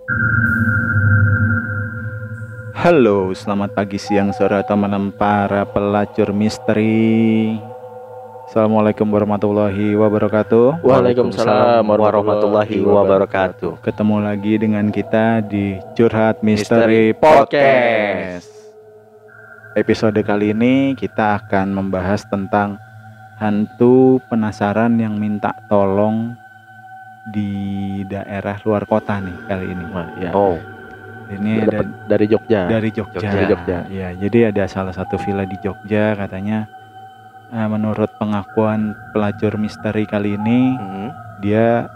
Halo, selamat pagi, siang, sore, atau malam para pelacur misteri. Assalamualaikum warahmatullahi wabarakatuh. Waalaikumsalam warahmatullahi wabarakatuh. Ketemu lagi dengan kita di Curhat Misteri Misteri Podcast. Episode kali ini kita akan membahas tentang hantu penasaran yang minta tolong di daerah luar kota nih kali ini. Wah, ya. Oh, Ini ada dari Jogja. dari Jogja. Dari Jogja. Ya, jadi ada salah satu villa di Jogja katanya. Menurut pengakuan pelacur misteri kali ini, dia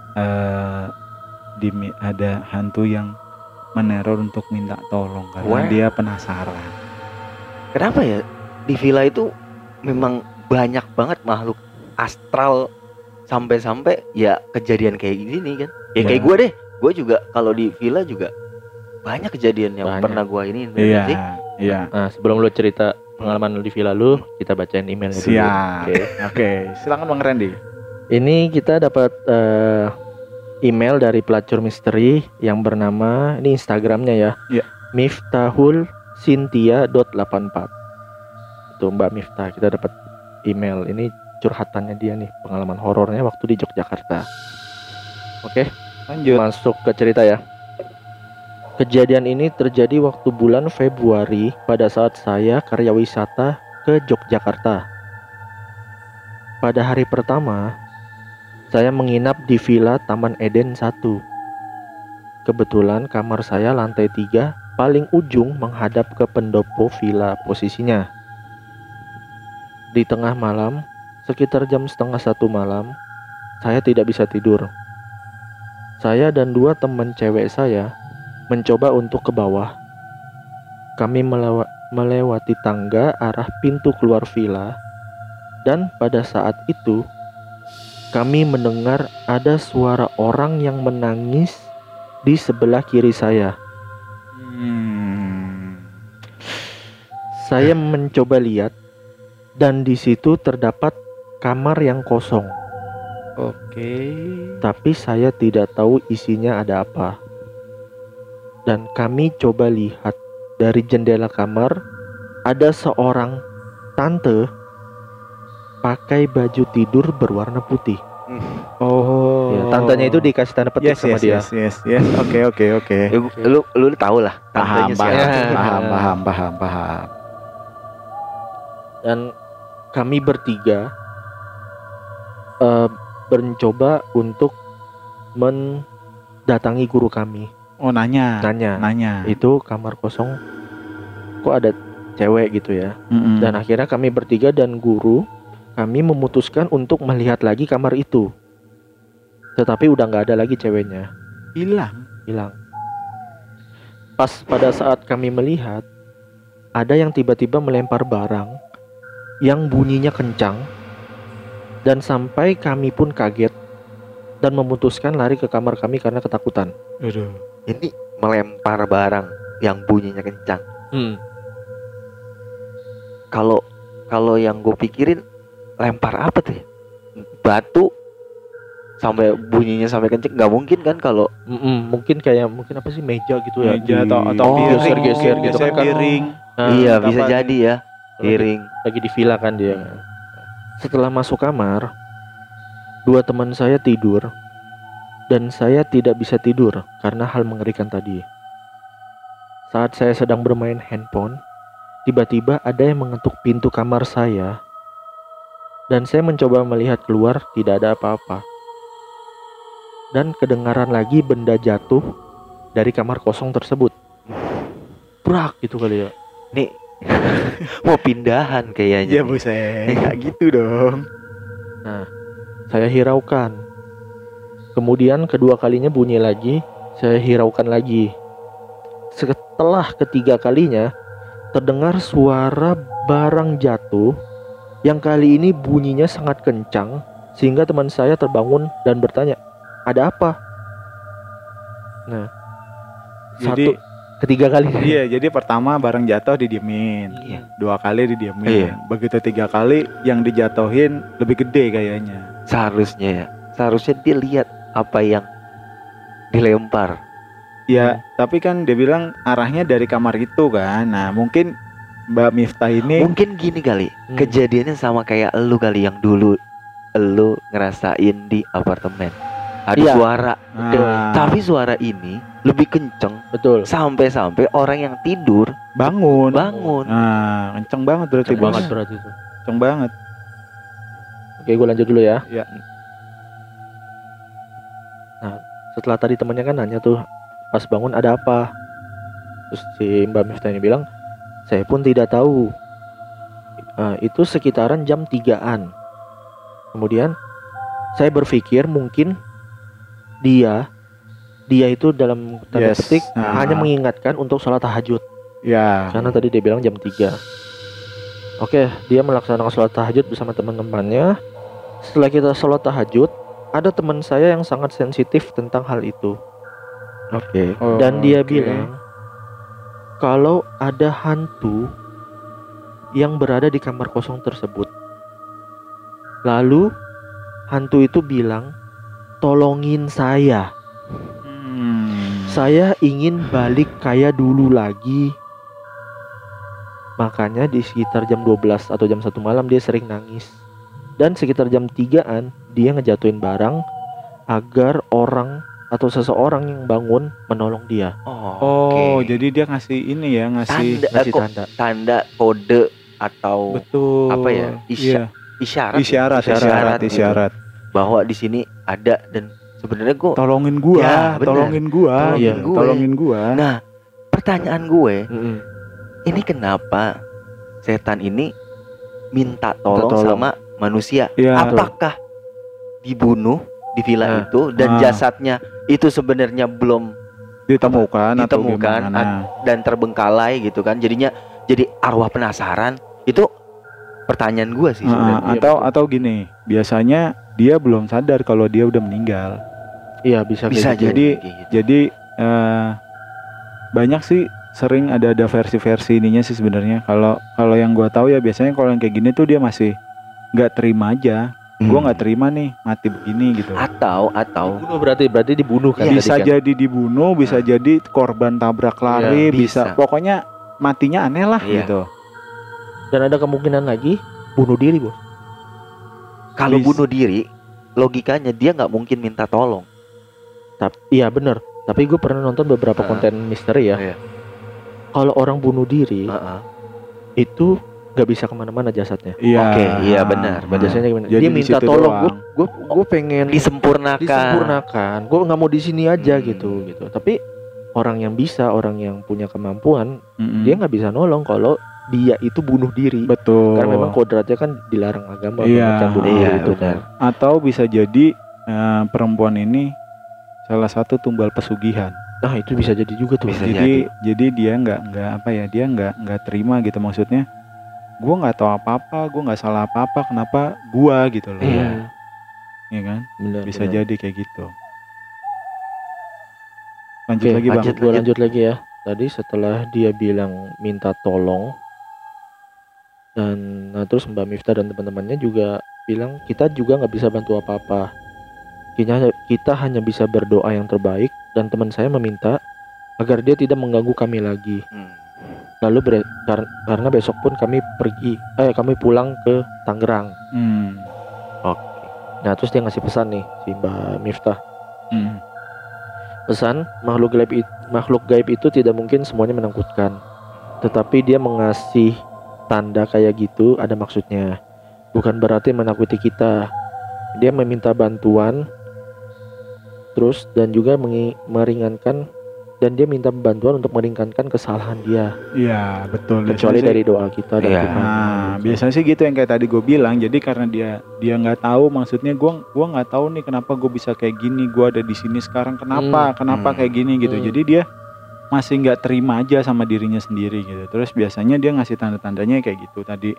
ada hantu yang meneror untuk minta tolong karena Wah. dia penasaran. kenapa ya di villa itu memang banyak banget makhluk astral sampai-sampai ya kejadian kayak gini nih kan? Ya kayak Ya. gue deh, gue juga kalau di villa juga banyak kejadian yang Banyak. pernah gue ini. Iya, iya. Nah, sebelum lu cerita pengalaman lu di villa lu, kita bacain emailnya dulu. Siap. Oke, silakan Bang Randy. Ini kita dapat email dari pelacur misteri yang bernama, ini Instagramnya ya. Iya. Miftahul Cynthia.84. Itu Mbak Miftah, kita dapat email. Ini curhatannya dia nih, pengalaman horornya waktu di Yogyakarta. Oke, Lanjut. masuk ke cerita ya. Kejadian ini terjadi waktu bulan Februari pada saat saya karya wisata ke Yogyakarta. Pada hari pertama, saya menginap di Villa Taman Eden 1. Kebetulan kamar saya lantai 3 paling ujung menghadap ke pendopo villa posisinya. Di tengah malam, sekitar jam 12:30 malam, saya tidak bisa tidur. Saya dan 2 teman cewek saya mencoba untuk ke bawah. Kami melewati tangga arah pintu keluar villa, dan pada saat itu kami mendengar ada suara orang yang menangis di sebelah kiri saya. Saya mencoba lihat, dan di situ terdapat kamar yang kosong, Oke. tapi saya tidak tahu isinya ada apa. Dan kami coba lihat dari jendela kamar, ada seorang tante pakai baju tidur berwarna putih. Oh. Ya, tantenya itu dikasih tanda petik Yes, sama yes, dia. yes, yes, yes. Oke. Ya, lu tahu lah. Paham, tantenya siapa. paham. Dan kami bertiga mencoba untuk mendatangi guru kami. Oh, nanya. Itu kamar kosong, kok ada cewek gitu ya. Mm-mm. Dan akhirnya kami bertiga dan guru kami memutuskan untuk melihat lagi kamar itu. Tetapi udah nggak ada lagi ceweknya, hilang. Pas pada saat kami melihat, ada yang tiba-tiba melempar barang yang bunyinya kencang, dan sampai kami pun kaget dan memutuskan lari ke kamar kami karena ketakutan. Aduh. Ini melempar barang yang bunyinya kencang. Kalau yang gue pikirin lempar apa tuh ya? Batu sampai bunyinya sampai kenceng, nggak mungkin kan kalau Mungkin apa sih, meja gitu ya, Meja atau piring, geser-geser gitu geser kan. piring. Nah, iya apa bisa nih? jadi ya piring. lagi di villa kan dia. Setelah masuk kamar, 2 teman saya tidur, dan saya tidak bisa tidur karena hal mengerikan tadi. Saat saya sedang bermain handphone, tiba-tiba ada yang mengetuk pintu kamar saya, dan saya mencoba melihat keluar, tidak ada apa-apa. Dan kedengaran lagi benda jatuh dari kamar kosong tersebut. Brak gitu kali ya. Nih mau pindahan Ya kayaknya. buset, nggak gitu dong. Saya hiraukan. Kemudian kedua kalinya bunyi lagi, saya hiraukan lagi. Setelah ketiga kalinya, terdengar suara barang jatuh yang kali ini bunyinya sangat kencang, sehingga teman saya terbangun dan bertanya, ada apa? Nah, Jadi ketiga kali. iya, jadi pertama barang jatuh didiemin. Iya. 2 kali didiemin. Iya. Begitu 3 kali yang dijatuhin lebih gede kayaknya. Seharusnya dia lihat apa yang dilempar. Ya, tapi kan dia bilang arahnya dari kamar itu kan. Nah, mungkin Mbak Miftah ini Mungkin gini kali, Hmm. kejadiannya sama kayak elu kali yang dulu elu ngerasain di apartemen. Ada Iya. suara, Nah, tapi suara ini lebih kenceng Betul. sampai-sampai orang yang tidur bangun. bangun. Nah, kenceng banget berarti Kenceng bos. banget berarti itu. Kenceng banget. Oke, gue lanjut dulu ya. Ya. Nah, setelah tadi temannya kan nanya tuh, pas bangun ada apa? Terus si Mbak Miftah ini bilang, saya pun tidak tahu. Itu sekitaran jam 3-an. Kemudian saya berpikir mungkin dia itu dalam tanda Yes. petik Nah. hanya mengingatkan untuk sholat tahajud. Ya. Karena tadi dia bilang jam 3. Oke, dia melaksanakan sholat tahajud bersama teman-temannya. Setelah kita sholat tahajud, ada teman saya yang sangat sensitif tentang hal itu. Oke. Oh, Dan dia oke. bilang kalau ada hantu yang berada di kamar kosong tersebut. Lalu hantu itu bilang, tolongin saya. Saya ingin balik kayak dulu lagi. Makanya di sekitar jam 12 atau jam 1 malam dia sering nangis. Dan sekitar jam 3-an dia ngejatuhin barang agar orang atau seseorang yang bangun menolong dia. Oh, oke. jadi dia ngasih ini ya, ngasih Tanda, Ngasih kok tanda. tanda kode atau betul. apa ya, Iya. isyarat, Isyarat, gitu. isyarat. Bahwa di sini ada dan sebenarnya gue. Tolongin gua, Ya, benar. tolongin gua, Tolongin gitu. gue. Tolongin gua. Nah, pertanyaan gue, Mm-mm. ini kenapa setan ini minta tolong tolong. sama manusia? Iya. Apakah dibunuh di villa Nah. itu dan Ah. jasadnya itu sebenarnya belum Ditemukan atau ditemukan gimana? dan terbengkalai gitu kan? Jadinya jadi arwah penasaran. Itu pertanyaan gue sih sebenarnya. Atau gini, biasanya dia belum sadar kalau dia udah meninggal. Iya, bisa Bisa kayak gitu. jadi- kayak gitu. Jadi banyak sih, sering ada versi-versi ininya sih sebenarnya. Kalau yang gua tahu ya biasanya kalau yang kayak gini tuh dia masih nggak terima aja. Gua nggak terima nih mati begini gitu. Atau Dibunuh berarti dibunuh kan? Iya, Bisa tadi kan? jadi dibunuh, bisa jadi korban tabrak lari, Iya, bisa. bisa. Pokoknya matinya aneh lah Iya. gitu. Dan ada kemungkinan lagi bunuh diri, Bos. kalau Bis- bunuh diri, logikanya dia nggak mungkin minta tolong. Iya bener. Tapi gue pernah nonton beberapa konten misteri ya. Iya. Kalau orang bunuh diri Heeh. itu nggak bisa kemana-mana jasadnya. Iya. Oke, iya benar, benar. Biasanya gimana? Jadi Dia di minta situ tolong. doang. Gue pengen Disempurnakan. disempurnakan. Gue nggak mau di sini aja Hmm. gitu. Tapi orang yang bisa, orang yang punya kemampuan, Mm-mm. dia nggak bisa nolong kalau dia itu bunuh diri. Betul. Karena memang kodratnya kan dilarang agama Iya. bukan bunuh Iya, diri itu benar. kan. Atau bisa jadi perempuan ini salah satu tumbal pesugihan. Nah itu bisa jadi juga tuh. Bisa. Jadi dia nggak apa ya, dia nggak terima gitu, maksudnya gua nggak tahu apa-apa, gua nggak salah apa-apa, kenapa gua gitu loh. Iya. Iya kan, Benar, bisa benar. jadi kayak gitu. Lanjut Oke, lagi bang. lanjut. Gue lanjut lagi ya. Tadi setelah dia bilang minta tolong dan terus Mbak Miftah dan teman-temannya juga bilang kita juga nggak bisa bantu apa-apa. Kita hanya bisa berdoa yang terbaik dan teman saya meminta agar dia tidak mengganggu kami lagi. Hmm. Lalu karena besok pun kami kami pulang ke Tangerang. Hmm. Nah terus dia ngasih pesan nih si Mbak Miftah. Hmm. Pesan makhluk gaib itu tidak mungkin semuanya menakutkan, tetapi dia mengasih tanda kayak gitu ada maksudnya, bukan berarti menakuti kita. Dia meminta bantuan terus dan juga meringankan, dan dia minta bantuan untuk meringankan kesalahan dia, Iya betul. kecuali Biasanya dari sih- doa kita dan Iya. Tuhan. Nah, biasanya sih gitu yang kayak tadi gue bilang. Jadi karena dia nggak tahu, maksudnya gua nggak tahu nih kenapa gue bisa kayak gini, gue ada di sini sekarang, kenapa kayak gini gitu. Hmm. Jadi dia masih nggak terima aja sama dirinya sendiri gitu. Terus biasanya dia ngasih tanda-tandanya kayak gitu tadi.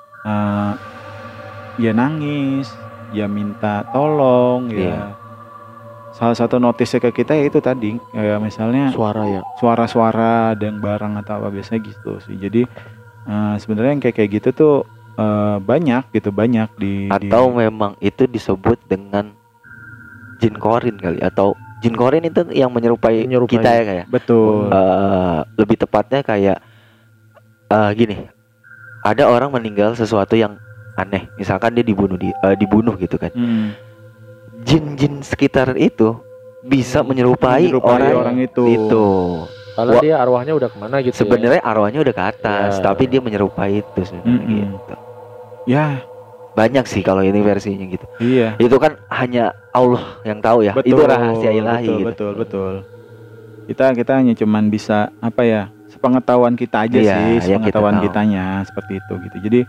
Ya nangis, ya minta tolong, ya. Iya. Salah satu notisnya ke kita ya itu tadi, misalnya Suara ya. suara-suara ada yang barang atau apa, biasanya gitu sih. Jadi sebenarnya yang kayak gitu tuh banyak Atau memang itu disebut dengan jin korin kali, atau jin korin itu yang menyerupai kita ya kayak. Betul. Lebih tepatnya kayak gini. Ada orang meninggal sesuatu yang aneh, misalkan dia dibunuh gitu kan. Jin-jin sekitar itu bisa menyerupai orang itu. Karena dia arwahnya udah kemana gitu. Sebenarnya arwahnya udah ke atas, tapi dia menyerupai itu sebenarnya gitu. Ya, banyak sih kalau ini versinya gitu. Iya. Itu kan hanya Allah yang tahu ya. Betul, itu rahasia ilahi betul, gitu. betul. Kita hanya cuman bisa apa ya? Sepengetahuan kita aja sih, sepengetahuan kitanya seperti itu gitu. Jadi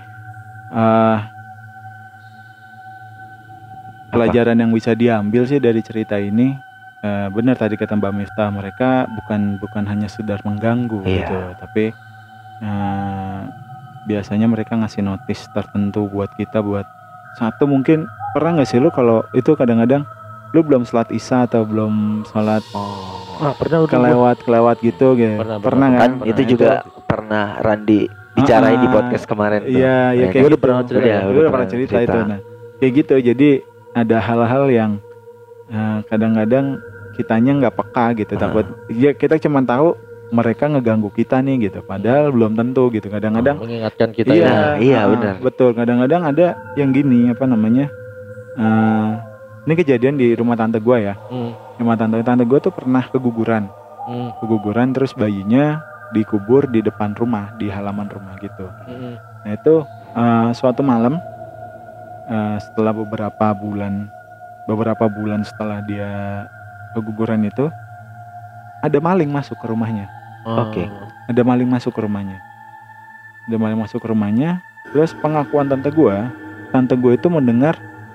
pelajaran yang bisa diambil sih dari cerita ini, benar tadi kata Mbak Miftah, mereka bukan hanya sekedar mengganggu gitu, tapi biasanya mereka ngasih notis tertentu buat kita, buat satu mungkin pernah nggak sih lu kalau itu kadang-kadang lu belum sholat isya atau belum sholat kelewat gitu pernah kan? Itu juga pernah Randi bicarain di podcast kemarin tuh. Iya kayak gitu. Udah pernah cerita itu. Nah kayak gitu, jadi ada hal-hal yang kadang-kadang kitanya nggak peka gitu, takut ya kita cuma tahu mereka ngeganggu kita nih gitu, padahal belum tentu gitu. Kadang-kadang mengingatkan kita. Iya benar. Betul, kadang-kadang ada yang gini apa namanya, ini kejadian di rumah tante gue ya. Rumah tante gue tuh pernah keguguran. Terus bayinya dikubur di depan rumah, di halaman rumah gitu. Nah itu suatu malam, setelah beberapa bulan setelah dia keguguran itu, ada maling masuk ke rumahnya. Ada maling masuk ke rumahnya. Terus pengakuan tante gue itu mendengar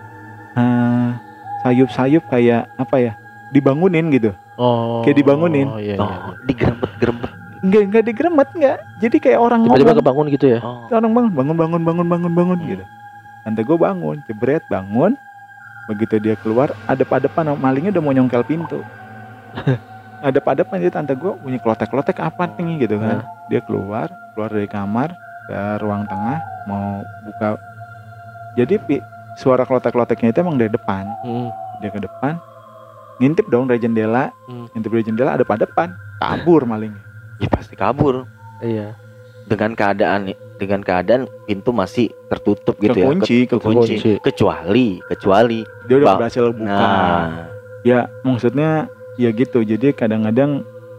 sayup-sayup kayak apa ya, dibangunin gitu. Kayak dibangunin. Digeremet. Enggak digeremet, enggak. Jadi kayak orang tiba-tiba kebangun gitu ya. Orang bangun gitu. Tante gue bangun, jebret bangun. Begitu dia keluar, adep-adepan malingnya udah mau nyongkel pintu. Adep-adepan, jadi tante gue bunyi klotek-klotek apa nih gitu kan. Dia keluar dari kamar ke ruang tengah mau buka. Jadi suara klotek-kloteknya itu emang dari depan. Dia ke depan, ngintip dong dari jendela. Adep-adepan, kabur malingnya. Ya pasti kabur. Iya. Dengan keadaan pintu masih tertutup gitu, kekunci. Kecuali dia udah berhasil buka. Ya maksudnya ya gitu. Jadi kadang-kadang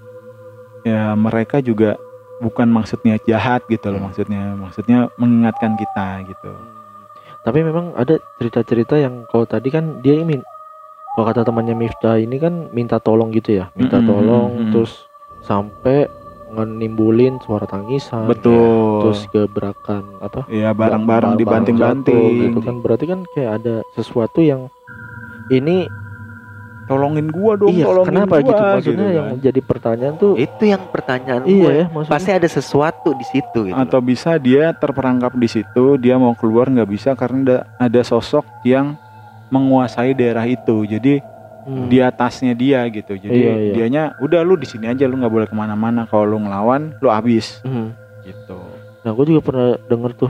ya mereka juga bukan maksudnya jahat gitu loh, maksudnya mengingatkan kita gitu. Tapi memang ada cerita-cerita yang kalau tadi kan dia ingin, kalau kata temannya Miftah ini kan minta tolong gitu ya, terus sampai ngenimbulin suara tangisan. Betul. Terus gebrakan apa? Iya, barang-barang dibanting-banting gitu kan. Berarti kan kayak ada sesuatu yang ini tolongin gua dong, kenapa gua, gitu maksudnya gitu yang jadi pertanyaan tuh. Itu yang pertanyaan ya, pasti ada sesuatu di situ gitu. Atau bisa dia terperangkap di situ, dia mau keluar nggak bisa karena ada sosok yang menguasai daerah itu. Jadi di atasnya dia gitu. Jadi dianya udah lu di sini aja, lu nggak boleh kemana-mana. Kalau lu ngelawan, lu habis. Gitu. Nah, gue juga pernah denger tuh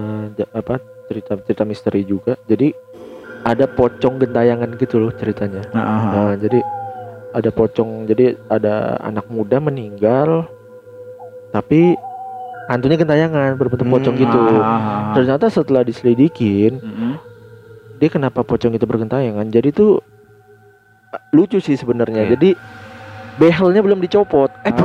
cerita misteri juga. Jadi ada pocong gentayangan gitu loh ceritanya. Nah, jadi ada pocong. Jadi ada anak muda meninggal, tapi hantunya gentayangan berbentuk pocong gitu. Ternyata setelah diselidikin, dia kenapa pocong itu bergentayangan? Jadi tuh lucu sih sebenarnya. Jadi behelnya belum dicopot.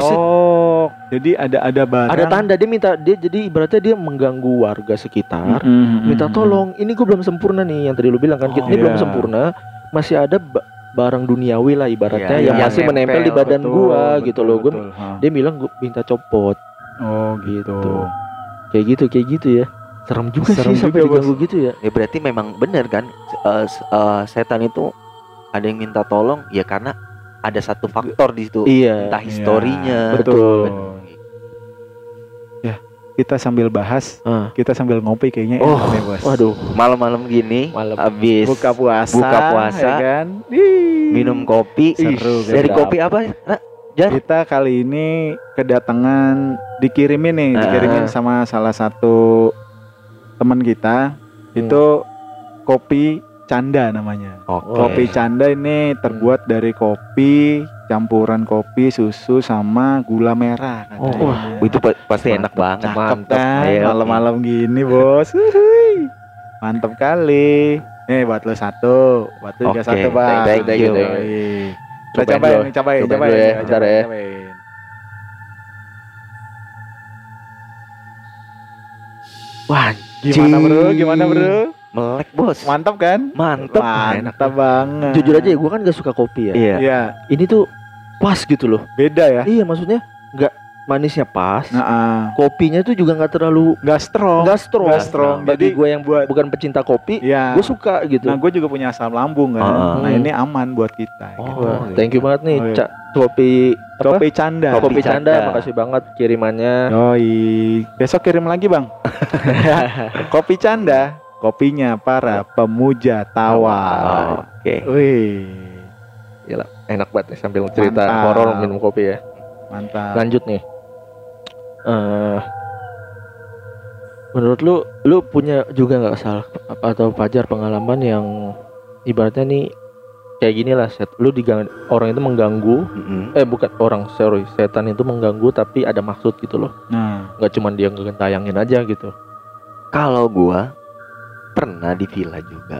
Jadi ada barang. Ada tanda dia jadi ibaratnya dia mengganggu warga sekitar. Minta tolong. Ini gue belum sempurna nih, yang tadi lu bilang kan. Ini belum sempurna. Masih ada barang duniawi lah ibaratnya yang masih menempel di badan gua gitu loh. Dia bilang gue minta copot. Gitu. Kayak gitu ya. Serem juga sih sampai diganggu gitu ya. Ya berarti memang benar kan, setan itu ada yang minta tolong ya karena ada satu faktor di situ. Entah historinya. Betul. Ya, kita sambil bahas, kita sambil ngopi kayaknya enak Bos. Waduh, malam-malam gini habis buka puasa ya kan? Minum kopi. Seru. Dari kopi apa? Kita kali ini kedatangan dikirimin sama salah satu teman kita. Itu kopi Canda namanya. Oke. Kopi Canda ini terbuat dari kopi, campuran kopi, susu sama gula merah Oh, katanya. wah, Itu pasti enak banget. Cakep mantap. kan, Ayo, malam-malam gini bos. Wuhui. Mantap kali. Nih buat lo satu, buat lo juga Oke, satu bang. thank you. Yoi. Kita Cobain cobain, dulu. Cobain dulu ya, bentar ya. cobain. Wah, Gimana bro? Gimana bro? melek bos. Mantap kan? Mantep. Mantap banget. Jujur aja ya, gue kan gak suka kopi ya. Iya. Iya, Ini tuh pas gitu loh. beda ya. Iya, maksudnya nggak manisnya pas. Nah, Kopinya tuh juga nggak terlalu nggak strong. nggak strong. Nggak strong. Bagi Jadi gue yang buat bukan pecinta kopi, ya. gue suka gitu. Nah, gue juga punya asam lambung kan. Nah, Hmm. ini aman buat kita. Oh, gitu. Wah, thank you banget nih, Oh, iya. Cak. Kopi apa? Kopi Canda. Kopi Canda, Canda. makasih banget kirimannya. Yoi. Besok kirim lagi bang. Kopi Canda. Kopinya para pemuja tawa. Oke. Wih, Gila, enak banget nih sambil cerita Mantap. horor minum kopi ya. mantap. Lanjut nih. Menurut lu punya juga nggak salah atau Fajar pengalaman yang ibaratnya nih kayak gini lah, lu orang itu mengganggu, Mm-mm. bukan orang, sorry, setan itu mengganggu tapi ada maksud gitu loh, Nah, nggak cuma dia ngegentayangin aja gitu. Kalau gua pernah di villa juga.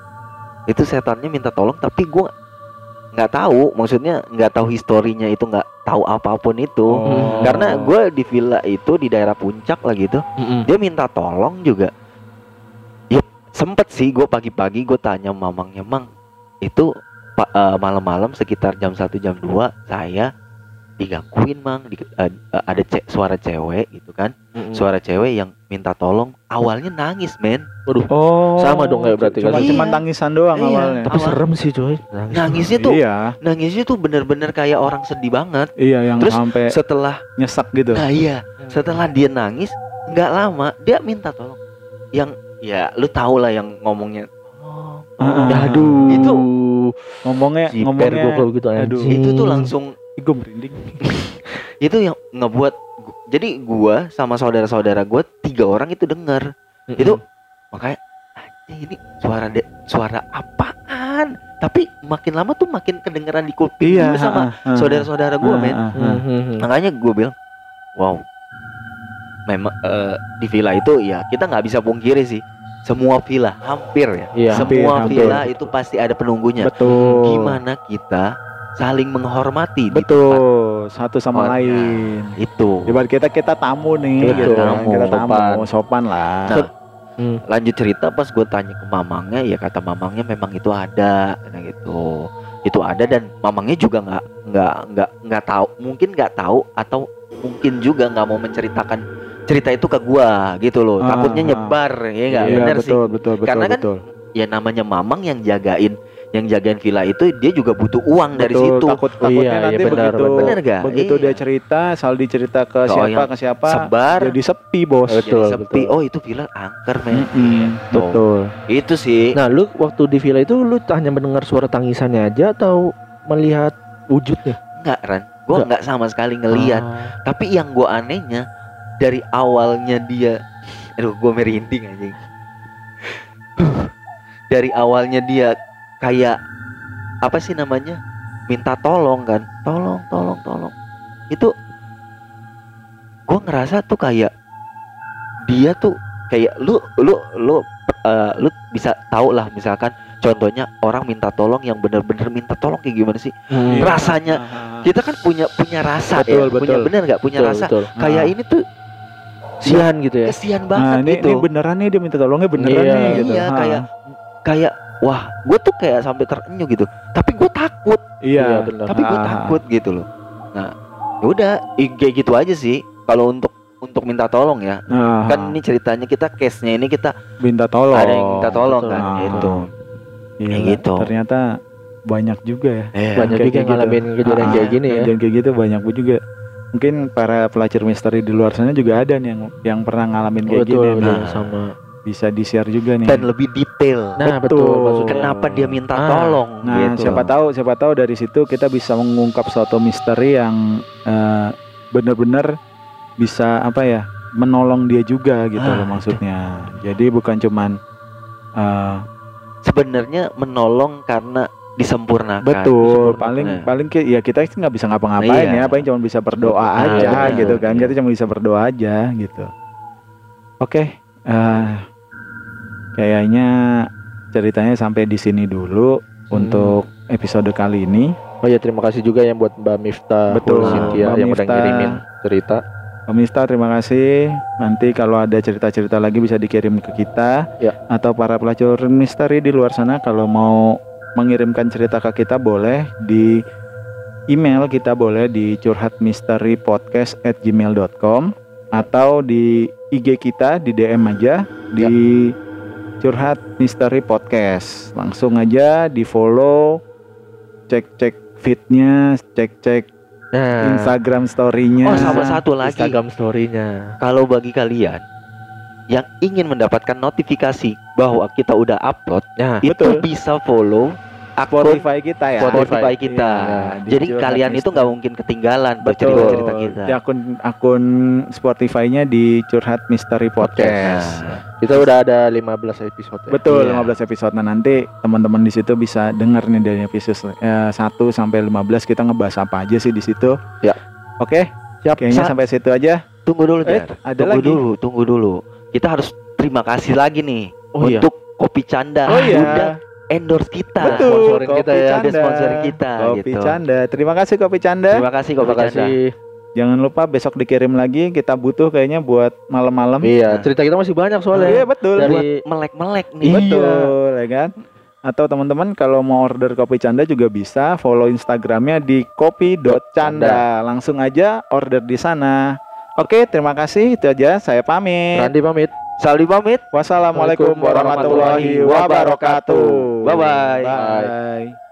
Itu setannya minta tolong tapi gua nggak tahu, maksudnya nggak tahu historinya, itu nggak tahu apapun itu. Oh. Karena gue di villa itu di daerah puncak lah gitu, dia minta tolong juga. Ya sempet sih gue pagi-pagi gue tanya mamangnya, mang itu malam-malam sekitar jam 1 jam 2 saya digangguin mang, ada suara cewek gitu kan, suara cewek yang minta tolong, awalnya nangis men. Waduh, Oh, Sama dong kayak berarti kan? Cuma Iya. tangisan doang Iya. awalnya. tapi Awal- serem sih coy. Nangisnya tuh Iya, nangisnya tuh bener-bener kayak orang sedih banget. iya yang Terus sampai Setelah nyesek gitu. nah iya, setelah dia nangis nggak lama dia minta tolong. Yang ya lu tau lah yang ngomongnya tolong. Aduh, Itu Ngomongnya, jiper gue kalau gitu aduh. anjing. itu tuh langsung gue merinding. itu yang ngebuat jadi gua sama saudara-saudara gua 3 orang itu dengar. Itu makanya anjing, ini suara apaan? Tapi makin lama tuh makin kedengeran di kuping gua sama saudara-saudara gua men. Makanya gue bilang, wow, memang di villa itu ya kita nggak bisa pungkiri sih, semua villa hampir ya, Iya, semua hampir. villa itu pasti ada penunggunya. Betul. Gimana kita saling menghormati di tempat Betul, satu sama Oh, lain. itu. Ibarat kita tamu nih, Betul, gitu kan. tamu, Kita tamu, sopan. sopan lah. Nah, lanjut cerita pas gue tanya ke mamangnya, ya kata mamangnya memang itu ada, nah gitu. Itu ada dan mamangnya juga nggak tahu, mungkin nggak tahu atau mungkin juga nggak mau menceritakan cerita itu ke gua gitu loh. Takutnya nyebar ya nggak, Iya, bener sih. betul, Karena kan betul. Ya namanya mamang yang jagain villa itu dia juga butuh uang dari Betul, situ. Takutnya Iya, nanti benar, begitu benar gak? begitu Iya. dia cerita, asal dicerita ke Soal siapa yang ke siapa, sebar. jadi sepi bos. Jadi Betul, sepi. betul. Oh itu villa angker men. Tuh. Betul. Itu sih. Nah, lu waktu di villa itu lu hanya mendengar suara tangisannya aja atau melihat wujudnya? Enggak Ran, gua nggak sama sekali ngelihat. Tapi yang gua anehnya dari awalnya dia, aduh gua merinding anjing. Dari awalnya dia kayak apa sih namanya, minta tolong kan, tolong. Itu gua ngerasa tuh kayak dia tuh kayak lu bisa tahu lah, misalkan contohnya orang minta tolong yang bener-bener minta tolong kayak gimana sih Iya. rasanya. Kita kan punya rasa Betul, ya, punya betul. bener nggak punya Betul, rasa betul. kayak ini tuh Sian gitu ya. kesian Nah, banget ini gitu. beneran nih dia minta tolongnya beneran Iya, nih gitu. Iya, kayak wah, gue tuh kayak sampai terenyuh gitu. Tapi gue takut, Iya, bener. tapi gue takut gitu loh. Nah, yaudah, kayak gitu aja sih. Kalau untuk minta tolong ya, kan ini ceritanya kita case-nya ini kita minta tolong. ada yang minta tolong betul. kan, Ah. gitu. Iya, Kayak gitu. Ternyata banyak juga ya. Banyak Kayak juga yang gitu. ngalamin kejadian kayak gini ya. Dan kayak gitu banyak juga. Mungkin para pelacur misteri di luar sana juga ada nih yang pernah ngalamin kayak Betul, gini. betul, Nah. sama. Bisa di-share juga nih. Dan lebih detail. Nah, Betul. betul. Maksudnya Kenapa dia minta Ah. tolong? Nah, gitu. siapa tahu dari situ kita bisa mengungkap suatu misteri yang benar-benar bisa apa ya, menolong dia juga gitu loh maksudnya. Jadi bukan cuman sebenarnya menolong karena disempurnakan. Betul, Disempurnakan. paling ya kita sih nggak bisa ngapa-ngapain Iya. ya, paling cuma bisa berdoa Benar, aja benar. gitu kan, Iya. kita cuma bisa berdoa aja gitu. Oke, kayaknya ceritanya sampai di sini dulu untuk episode kali ini. Oh ya, terima kasih juga yang buat Mbak Miftah, Betul, Cynthia Mbak yang udah Miftah. ngirimin cerita. Pemirsa terima kasih. Nanti kalau ada cerita-cerita lagi bisa dikirim ke kita Ya. atau para pelacur misteri di luar sana kalau mau mengirimkan cerita ke kita boleh di email kita, boleh di curhatmisterypodcast@gmail.com atau di IG kita di DM aja di Curhat Misteri Podcast. Langsung aja di follow, cek-cek feednya, cek-cek Nah, Instagram story-nya. Oh, sama satu lagi. Instagram story-nya. Kalau bagi kalian yang ingin mendapatkan notifikasi bahwa kita udah upload, Nah, itu betul. bisa follow akun Spotify kita ya. Spotify kita. Iya, di Jadi Curhat kalian itu Misteri. nggak mungkin ketinggalan tuh Betul. cerita-cerita kita. Di akun Spotify-nya di Curhat Misteri Podcast. Nah, kita udah ada 15 episode ya. Betul, Iya. 15 episode. Nah, nanti teman-teman di situ bisa denger nih dari episode 1 sampai 15 kita ngebahas apa aja sih di situ. Ya. Oke, Siap. kayaknya sampai situ aja. tunggu dulu, Jar. ada Tunggu lagi. tunggu dulu. Kita harus terima kasih lagi nih Oh iya. untuk Kopi Canda Oh iya. udah endorse kita. Betul, sponsorin Kopi kita ya. Ada sponsorin kita Kopi gitu. Canda. Terima kasih Kopi Canda. Terima kasih Kopi Terima Canda. kasih. Jangan lupa besok dikirim lagi, kita butuh kayaknya buat malam-malam. Iya, Nah. cerita kita masih banyak soalnya. Iya, betul. Dari- Buat melek-melek nih. Iya. Betul, ya kan? Atau teman-teman kalau mau order Kopi Canda juga bisa follow Instagramnya di kopi.canda. Langsung aja order di sana. Oke, terima kasih. Itu aja. Saya pamit. Randi pamit. Saldi pamit. Wassalamualaikum warahmatullahi wabarakatuh. Bye-bye. Bye.